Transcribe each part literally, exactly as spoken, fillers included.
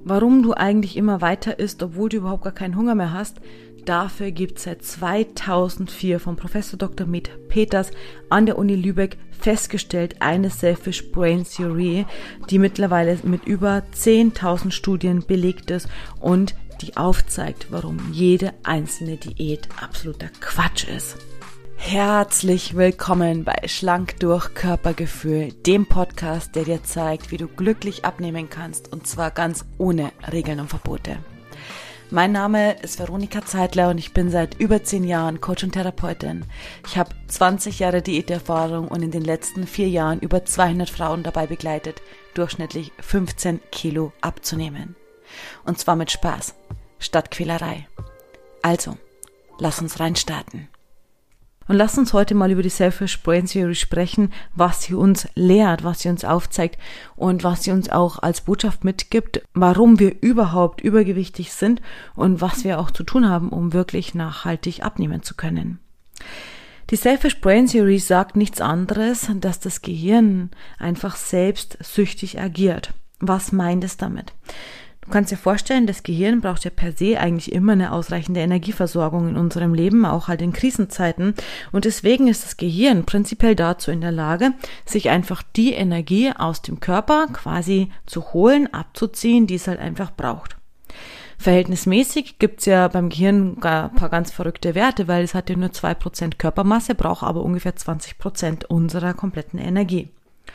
warum du eigentlich immer weiter isst, obwohl du überhaupt gar keinen Hunger mehr hast, dafür gibt es seit zweitausendvier von Professor Doktor Med Peters an der Uni Lübeck festgestellt eine Selfish Brain Theory, die mittlerweile mit über zehntausend Studien belegt ist und die aufzeigt, warum jede einzelne Diät absoluter Quatsch ist. Herzlich willkommen bei Schlank durch Körpergefühl, dem Podcast, der dir zeigt, wie du glücklich abnehmen kannst, und zwar ganz ohne Regeln und Verbote. Mein Name ist Veronika Zeitler und ich bin seit über zehn Jahren Coach und Therapeutin. Ich habe zwanzig Jahre Diäterfahrung und in den letzten vier Jahren über zweihundert Frauen dabei begleitet, durchschnittlich fünfzehn Kilo abzunehmen. Und zwar mit Spaß, statt Quälerei. Also, lass uns reinstarten. Und lass uns heute mal über die Selfish Brain Theory sprechen, was sie uns lehrt, was sie uns aufzeigt und was sie uns auch als Botschaft mitgibt, warum wir überhaupt übergewichtig sind und was wir auch zu tun haben, um wirklich nachhaltig abnehmen zu können. Die Selfish Brain Theory sagt nichts anderes, dass das Gehirn einfach selbstsüchtig agiert. Was meint es damit? Du kannst dir vorstellen, das Gehirn braucht ja per se eigentlich immer eine ausreichende Energieversorgung in unserem Leben, auch halt in Krisenzeiten. Und deswegen ist das Gehirn prinzipiell dazu in der Lage, sich einfach die Energie aus dem Körper quasi zu holen, abzuziehen, die es halt einfach braucht. Verhältnismäßig gibt's ja beim Gehirn ein paar ganz verrückte Werte, weil es hat ja nur zwei Prozent Körpermasse, braucht aber ungefähr zwanzig Prozent unserer kompletten Energie.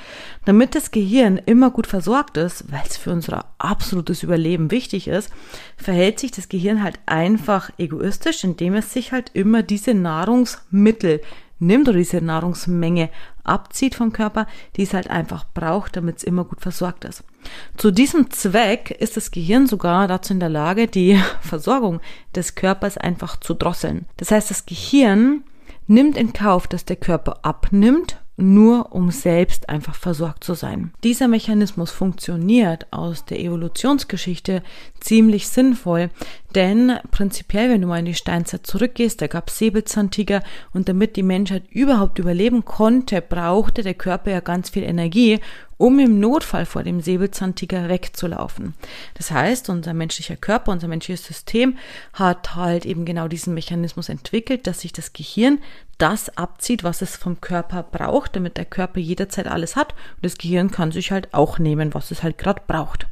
Damit das Gehirn immer gut versorgt ist, weil es für unser absolutes Überleben wichtig ist, verhält sich das Gehirn halt einfach egoistisch, indem es sich halt immer diese Nahrungsmittel nimmt oder diese Nahrungsmenge abzieht vom Körper, die es halt einfach braucht, damit es immer gut versorgt ist. Zu diesem Zweck ist das Gehirn sogar dazu in der Lage, die Versorgung des Körpers einfach zu drosseln. Das heißt, das Gehirn nimmt in Kauf, dass der Körper abnimmt, nur um selbst einfach versorgt zu sein. Dieser Mechanismus funktioniert aus der Evolutionsgeschichte ziemlich sinnvoll, denn prinzipiell, wenn du mal in die Steinzeit zurückgehst, da gab es Säbelzahntiger und damit die Menschheit überhaupt überleben konnte, brauchte der Körper ja ganz viel Energie, um im Notfall vor dem Säbelzahntiger wegzulaufen. Das heißt, unser menschlicher Körper, unser menschliches System hat halt eben genau diesen Mechanismus entwickelt, dass sich das Gehirn das abzieht, was es vom Körper braucht, damit der Körper jederzeit alles hat und das Gehirn kann sich halt auch nehmen, was es halt gerade braucht.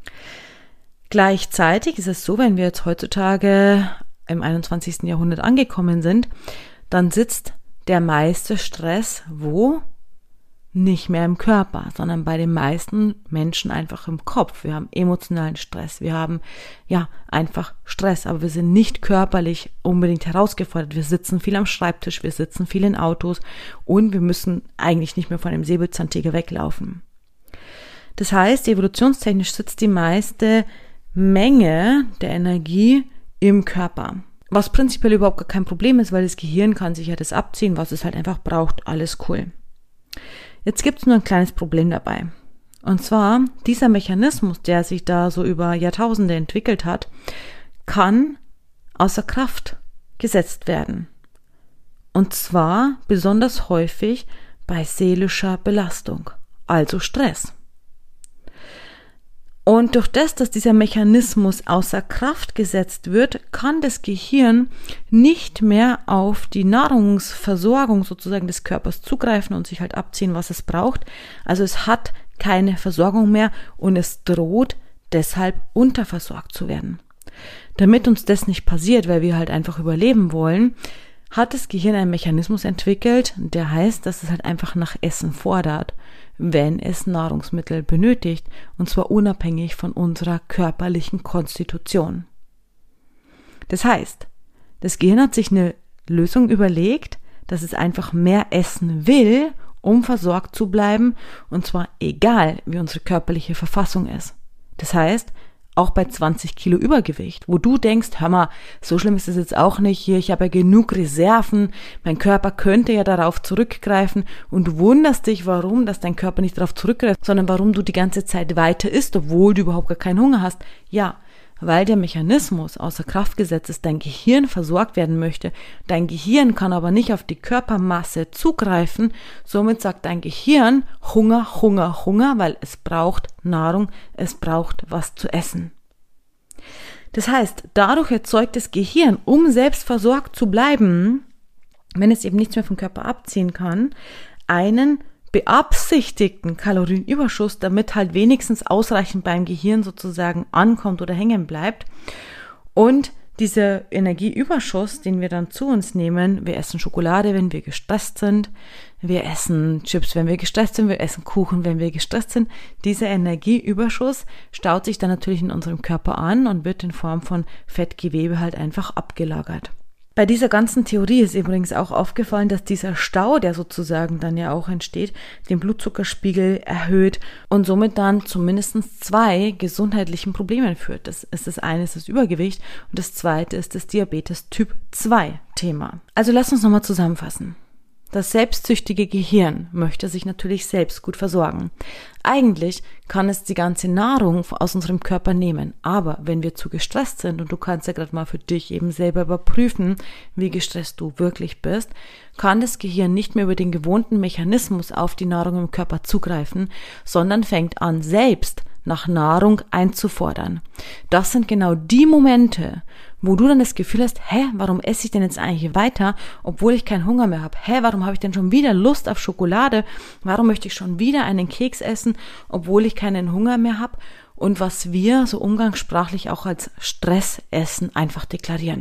Gleichzeitig ist es so, wenn wir jetzt heutzutage im einundzwanzigsten Jahrhundert angekommen sind, dann sitzt der meiste Stress wo? Nicht mehr im Körper, sondern bei den meisten Menschen einfach im Kopf. Wir haben emotionalen Stress, wir haben ja einfach Stress, aber wir sind nicht körperlich unbedingt herausgefordert. Wir sitzen viel am Schreibtisch, wir sitzen viel in Autos und wir müssen eigentlich nicht mehr von dem Säbelzahntiger weglaufen. Das heißt, evolutionstechnisch sitzt die meiste Menge der Energie im Körper. Was prinzipiell überhaupt gar kein Problem ist, weil das Gehirn kann sich ja das abziehen, was es halt einfach braucht. Alles cool. Jetzt gibt es nur ein kleines Problem dabei. Und zwar, dieser Mechanismus, der sich da so über Jahrtausende entwickelt hat, kann außer Kraft gesetzt werden. Und zwar besonders häufig bei seelischer Belastung, also Stress. Und durch das, dass dieser Mechanismus außer Kraft gesetzt wird, kann das Gehirn nicht mehr auf die Nahrungsversorgung sozusagen des Körpers zugreifen und sich halt abziehen, was es braucht. Also es hat keine Versorgung mehr und es droht deshalb unterversorgt zu werden. Damit uns das nicht passiert, weil wir halt einfach überleben wollen, hat das Gehirn einen Mechanismus entwickelt, der heißt, dass es halt einfach nach Essen fordert, wenn es Nahrungsmittel benötigt, und zwar unabhängig von unserer körperlichen Konstitution. Das heißt, das Gehirn hat sich eine Lösung überlegt, dass es einfach mehr essen will, um versorgt zu bleiben, und zwar egal, wie unsere körperliche Verfassung ist. Das heißt, auch bei zwanzig Kilo Übergewicht, wo du denkst, hör mal, so schlimm ist es jetzt auch nicht hier, ich habe ja genug Reserven, mein Körper könnte ja darauf zurückgreifen und du wunderst dich, warum, dass dein Körper nicht darauf zurückgreift, sondern warum du die ganze Zeit weiter isst, obwohl du überhaupt gar keinen Hunger hast. Ja, weil der Mechanismus außer Kraft gesetzt ist, dein Gehirn versorgt werden möchte. Dein Gehirn kann aber nicht auf die Körpermasse zugreifen, somit sagt dein Gehirn Hunger, Hunger, Hunger, weil es braucht Nahrung, es braucht was zu essen. Das heißt, dadurch erzeugt das Gehirn, um selbst versorgt zu bleiben, wenn es eben nichts mehr vom Körper abziehen kann, einen beabsichtigten Kalorienüberschuss, damit halt wenigstens ausreichend beim Gehirn sozusagen ankommt oder hängen bleibt. Und dieser Energieüberschuss, den wir dann zu uns nehmen, wir essen Schokolade, wenn wir gestresst sind, wir essen Chips, wenn wir gestresst sind, wir essen Kuchen, wenn wir gestresst sind. Dieser Energieüberschuss staut sich dann natürlich in unserem Körper an und wird in Form von Fettgewebe halt einfach abgelagert. Bei dieser ganzen Theorie ist übrigens auch aufgefallen, dass dieser Stau, der sozusagen dann ja auch entsteht, den Blutzuckerspiegel erhöht und somit dann zu mindestens zwei gesundheitlichen Problemen führt. Das ist das eine, ist das Übergewicht und das zweite ist das Diabetes Typ zwei Thema. Also lass uns nochmal zusammenfassen. Das selbstsüchtige Gehirn möchte sich natürlich selbst gut versorgen. Eigentlich kann es die ganze Nahrung aus unserem Körper nehmen, aber wenn wir zu gestresst sind, und du kannst ja gerade mal für dich eben selber überprüfen, wie gestresst du wirklich bist, kann das Gehirn nicht mehr über den gewohnten Mechanismus auf die Nahrung im Körper zugreifen, sondern fängt an, selbst nach Nahrung einzufordern. Das sind genau die Momente, wo du dann das Gefühl hast, hä, warum esse ich denn jetzt eigentlich weiter, obwohl ich keinen Hunger mehr habe? Hä, warum habe ich denn schon wieder Lust auf Schokolade? Warum möchte ich schon wieder einen Keks essen, obwohl ich keinen Hunger mehr habe? Und was wir so umgangssprachlich auch als Stressessen einfach deklarieren.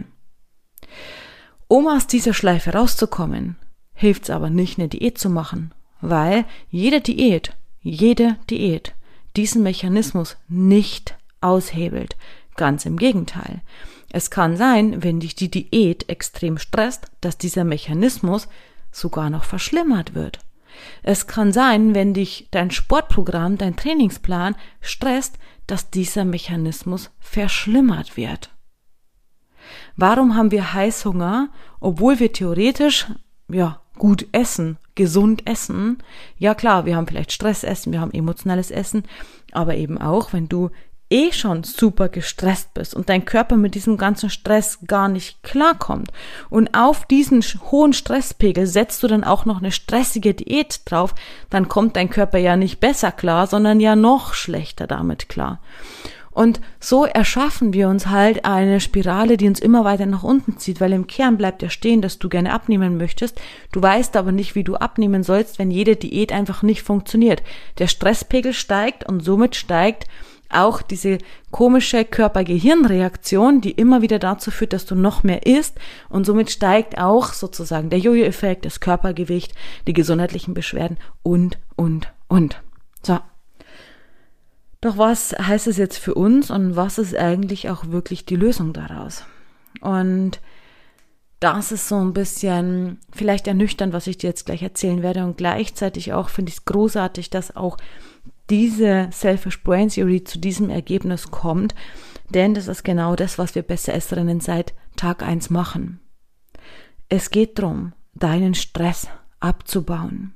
Um aus dieser Schleife rauszukommen, hilft es aber nicht, eine Diät zu machen, weil jede Diät, jede Diät diesen Mechanismus nicht aushebelt. Ganz im Gegenteil. Es kann sein, wenn dich die Diät extrem stresst, dass dieser Mechanismus sogar noch verschlimmert wird. Es kann sein, wenn dich dein Sportprogramm, dein Trainingsplan stresst, dass dieser Mechanismus verschlimmert wird. Warum haben wir Heißhunger, obwohl wir theoretisch, ja, gut essen, gesund essen? Ja klar, wir haben vielleicht Stressessen, wir haben emotionales Essen, aber eben auch, wenn du eh schon super gestresst bist und dein Körper mit diesem ganzen Stress gar nicht klarkommt und auf diesen hohen Stresspegel setzt du dann auch noch eine stressige Diät drauf, dann kommt dein Körper ja nicht besser klar, sondern ja noch schlechter damit klar. Und so erschaffen wir uns halt eine Spirale, die uns immer weiter nach unten zieht, weil im Kern bleibt ja stehen, dass du gerne abnehmen möchtest. Du weißt aber nicht, wie du abnehmen sollst, wenn jede Diät einfach nicht funktioniert. Der Stresspegel steigt und somit steigt auch diese komische Körper-Gehirn-Reaktion, die immer wieder dazu führt, dass du noch mehr isst und somit steigt auch sozusagen der Jojo-Effekt, das Körpergewicht, die gesundheitlichen Beschwerden und, und, und. So. Doch was heißt es jetzt für uns und was ist eigentlich auch wirklich die Lösung daraus? Und das ist so ein bisschen vielleicht ernüchternd, was ich dir jetzt gleich erzählen werde und gleichzeitig auch finde ich es großartig, dass auch diese Selfish Brain Theory zu diesem Ergebnis kommt, denn das ist genau das, was wir Besseresserinnen seit Tag eins machen. Es geht darum, deinen Stress abzubauen.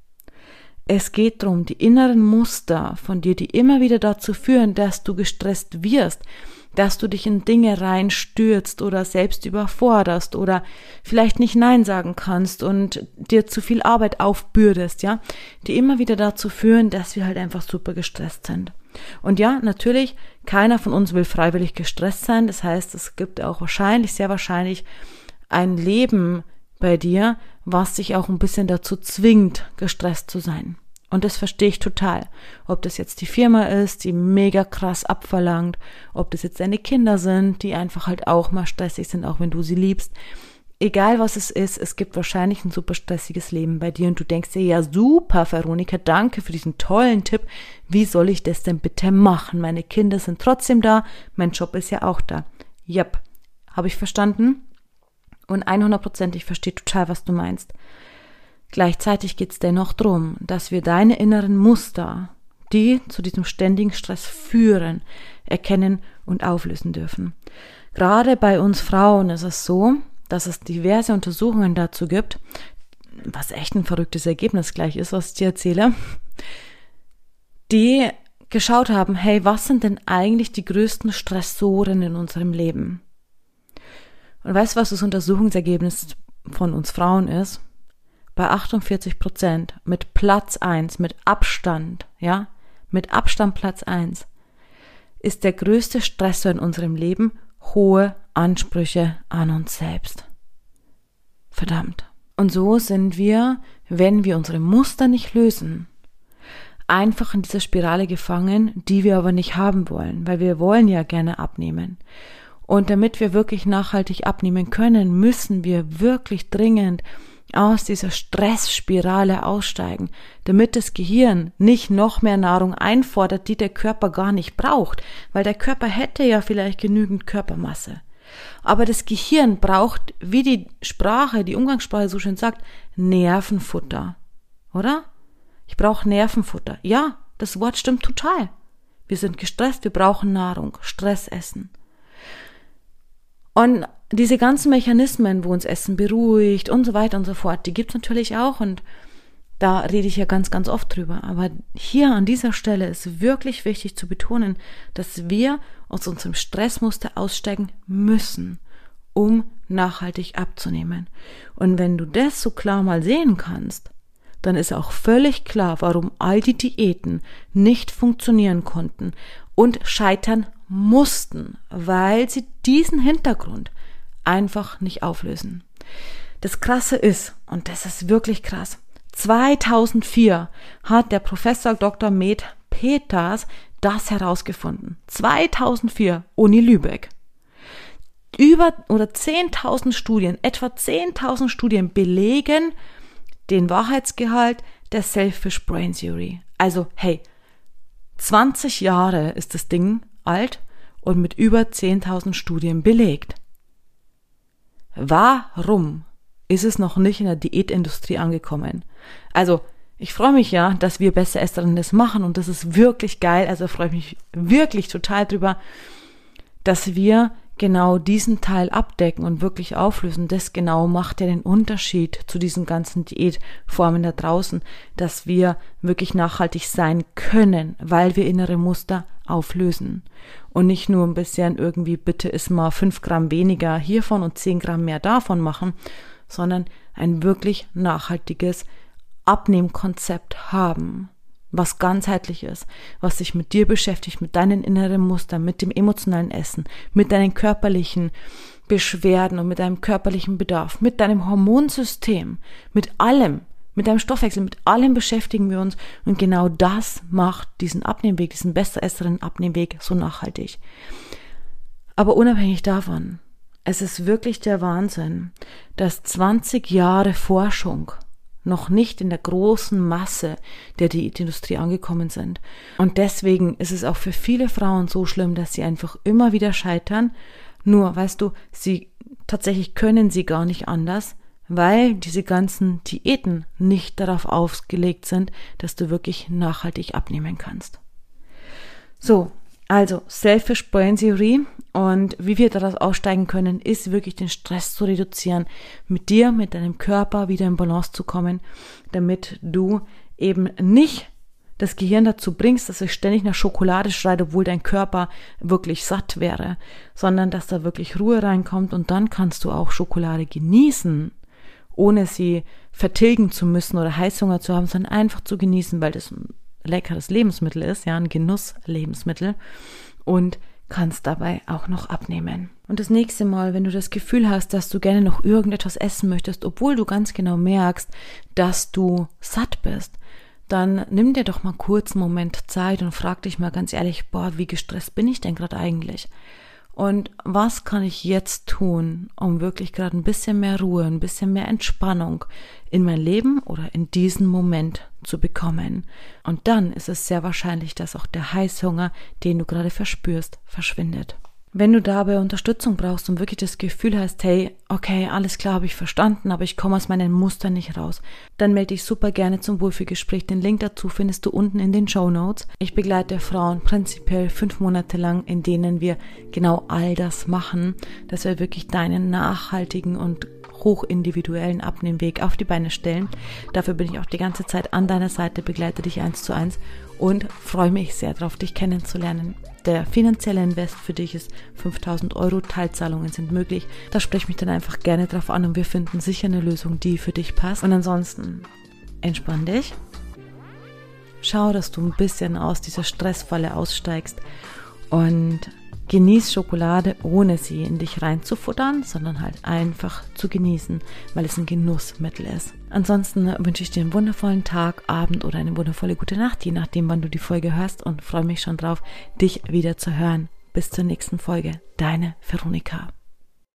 Es geht darum, die inneren Muster von dir, die immer wieder dazu führen, dass du gestresst wirst, dass du dich in Dinge reinstürzt oder selbst überforderst oder vielleicht nicht Nein sagen kannst und dir zu viel Arbeit aufbürdest, ja, die immer wieder dazu führen, dass wir halt einfach super gestresst sind. Und ja, natürlich, keiner von uns will freiwillig gestresst sein, das heißt, es gibt auch wahrscheinlich, sehr wahrscheinlich ein Leben bei dir, was dich auch ein bisschen dazu zwingt, gestresst zu sein. Und das verstehe ich total. Ob das jetzt die Firma ist, die mega krass abverlangt, ob das jetzt deine Kinder sind, die einfach halt auch mal stressig sind, auch wenn du sie liebst. Egal was es ist, es gibt wahrscheinlich ein super stressiges Leben bei dir und du denkst dir, ja super, Veronika, danke für diesen tollen Tipp. Wie soll ich das denn bitte machen? Meine Kinder sind trotzdem da, mein Job ist ja auch da. Yep, habe ich verstanden? Und hundert Prozent, ich verstehe total, was du meinst. Gleichzeitig geht es dennoch darum, dass wir deine inneren Muster, die zu diesem ständigen Stress führen, erkennen und auflösen dürfen. Gerade bei uns Frauen ist es so, dass es diverse Untersuchungen dazu gibt, was echt ein verrücktes Ergebnis gleich ist, was ich dir erzähle, die geschaut haben, hey, was sind denn eigentlich die größten Stressoren in unserem Leben? Und weißt du, was das Untersuchungsergebnis von uns Frauen ist? Bei achtundvierzig Prozent mit Platz eins, mit Abstand, ja, mit Abstand Platz eins, ist der größte Stressor in unserem Leben hohe Ansprüche an uns selbst. Verdammt. Und so sind wir, wenn wir unsere Muster nicht lösen, einfach in dieser Spirale gefangen, die wir aber nicht haben wollen, weil wir wollen ja gerne abnehmen. Und damit wir wirklich nachhaltig abnehmen können, müssen wir wirklich dringend aus dieser Stressspirale aussteigen, damit das Gehirn nicht noch mehr Nahrung einfordert, die der Körper gar nicht braucht, weil der Körper hätte ja vielleicht genügend Körpermasse. Aber das Gehirn braucht, wie die Sprache, die Umgangssprache so schön sagt, Nervenfutter, oder? Ich brauche Nervenfutter. Ja, das Wort stimmt total. Wir sind gestresst, wir brauchen Nahrung, Stressessen. Und diese ganzen Mechanismen, wo uns Essen beruhigt und so weiter und so fort, die gibt's natürlich auch und da rede ich ja ganz, ganz oft drüber. Aber hier an dieser Stelle ist wirklich wichtig zu betonen, dass wir aus unserem Stressmuster aussteigen müssen, um nachhaltig abzunehmen. Und wenn du das so klar mal sehen kannst, dann ist auch völlig klar, warum all die Diäten nicht funktionieren konnten und scheitern mussten, weil sie diesen Hintergrund einfach nicht auflösen. Das Krasse ist, und das ist wirklich krass, zweitausendvier hat der Professor Doktor Med Peters das herausgefunden. zweitausendvier, Uni Lübeck. Über oder zehntausend Studien, etwa zehntausend Studien belegen den Wahrheitsgehalt der Selfish Brain Theory. Also, hey, zwanzig Jahre ist das Ding alt und mit über zehntausend Studien belegt. Warum ist es noch nicht in der Diätindustrie angekommen? Also, ich freue mich ja, dass wir Besseresserinnen das machen und das ist wirklich geil. Also freue ich mich wirklich total drüber, dass wir genau diesen Teil abdecken und wirklich auflösen. Das genau macht ja den Unterschied zu diesen ganzen Diätformen da draußen, dass wir wirklich nachhaltig sein können, weil wir innere Muster auflösen und nicht nur ein bisschen irgendwie bitte ist mal fünf Gramm weniger hiervon und zehn Gramm mehr davon machen, sondern ein wirklich nachhaltiges Abnehmkonzept haben, was ganzheitlich ist, was sich mit dir beschäftigt, mit deinen inneren Mustern, mit dem emotionalen Essen, mit deinen körperlichen Beschwerden und mit deinem körperlichen Bedarf, mit deinem Hormonsystem, mit allem, mit deinem Stoffwechsel, mit allem beschäftigen wir uns und genau das macht diesen Abnehmweg, diesen besseresseren Abnehmweg so nachhaltig. Aber unabhängig davon, es ist wirklich der Wahnsinn, dass zwanzig Jahre Forschung noch nicht in der großen Masse der Diätindustrie angekommen sind. Und deswegen ist es auch für viele Frauen so schlimm, dass sie einfach immer wieder scheitern. Nur, weißt du, sie tatsächlich können sie gar nicht anders, weil diese ganzen Diäten nicht darauf ausgelegt sind, dass du wirklich nachhaltig abnehmen kannst. So, also Selfish Brain Theory und wie wir daraus aussteigen können, ist wirklich den Stress zu reduzieren, mit dir, mit deinem Körper wieder in Balance zu kommen, damit du eben nicht das Gehirn dazu bringst, dass es ständig nach Schokolade schreit, obwohl dein Körper wirklich satt wäre, sondern dass da wirklich Ruhe reinkommt und dann kannst du auch Schokolade genießen, ohne sie vertilgen zu müssen oder Heißhunger zu haben, sondern einfach zu genießen, weil das ein leckeres Lebensmittel ist, ja, ein Genusslebensmittel und kannst dabei auch noch abnehmen. Und das nächste Mal, wenn du das Gefühl hast, dass du gerne noch irgendetwas essen möchtest, obwohl du ganz genau merkst, dass du satt bist, dann nimm dir doch mal kurz einen Moment Zeit und frag dich mal ganz ehrlich, boah, wie gestresst bin ich denn gerade eigentlich? Und was kann ich jetzt tun, um wirklich gerade ein bisschen mehr Ruhe, ein bisschen mehr Entspannung in mein Leben oder in diesen Moment zu bekommen? Und dann ist es sehr wahrscheinlich, dass auch der Heißhunger, den du gerade verspürst, verschwindet. Wenn du dabei Unterstützung brauchst und wirklich das Gefühl hast, hey, okay, alles klar, habe ich verstanden, aber ich komme aus meinen Mustern nicht raus, dann melde dich super gerne zum Wohlfühlgespräch. Den Link dazu findest du unten in den Shownotes. Ich begleite Frauen prinzipiell fünf Monate lang, in denen wir genau all das machen, dass wir wirklich deinen nachhaltigen und hochindividuellen Abnehmweg auf die Beine stellen. Dafür bin ich auch die ganze Zeit an deiner Seite, begleite dich eins zu eins und freue mich sehr darauf, dich kennenzulernen. Der finanzielle Invest für dich ist fünftausend Euro, Teilzahlungen sind möglich. Da sprich mich dann einfach gerne drauf an und wir finden sicher eine Lösung, die für dich passt. Und ansonsten entspann dich. Schau, dass du ein bisschen aus dieser Stressfalle aussteigst Und genieß Schokolade, ohne sie in dich reinzufuttern, sondern halt einfach zu genießen, weil es ein Genussmittel ist. Ansonsten wünsche ich dir einen wundervollen Tag, Abend oder eine wundervolle gute Nacht, je nachdem, wann du die Folge hörst, und freue mich schon drauf, dich wieder zu hören. Bis zur nächsten Folge. Deine Veronika.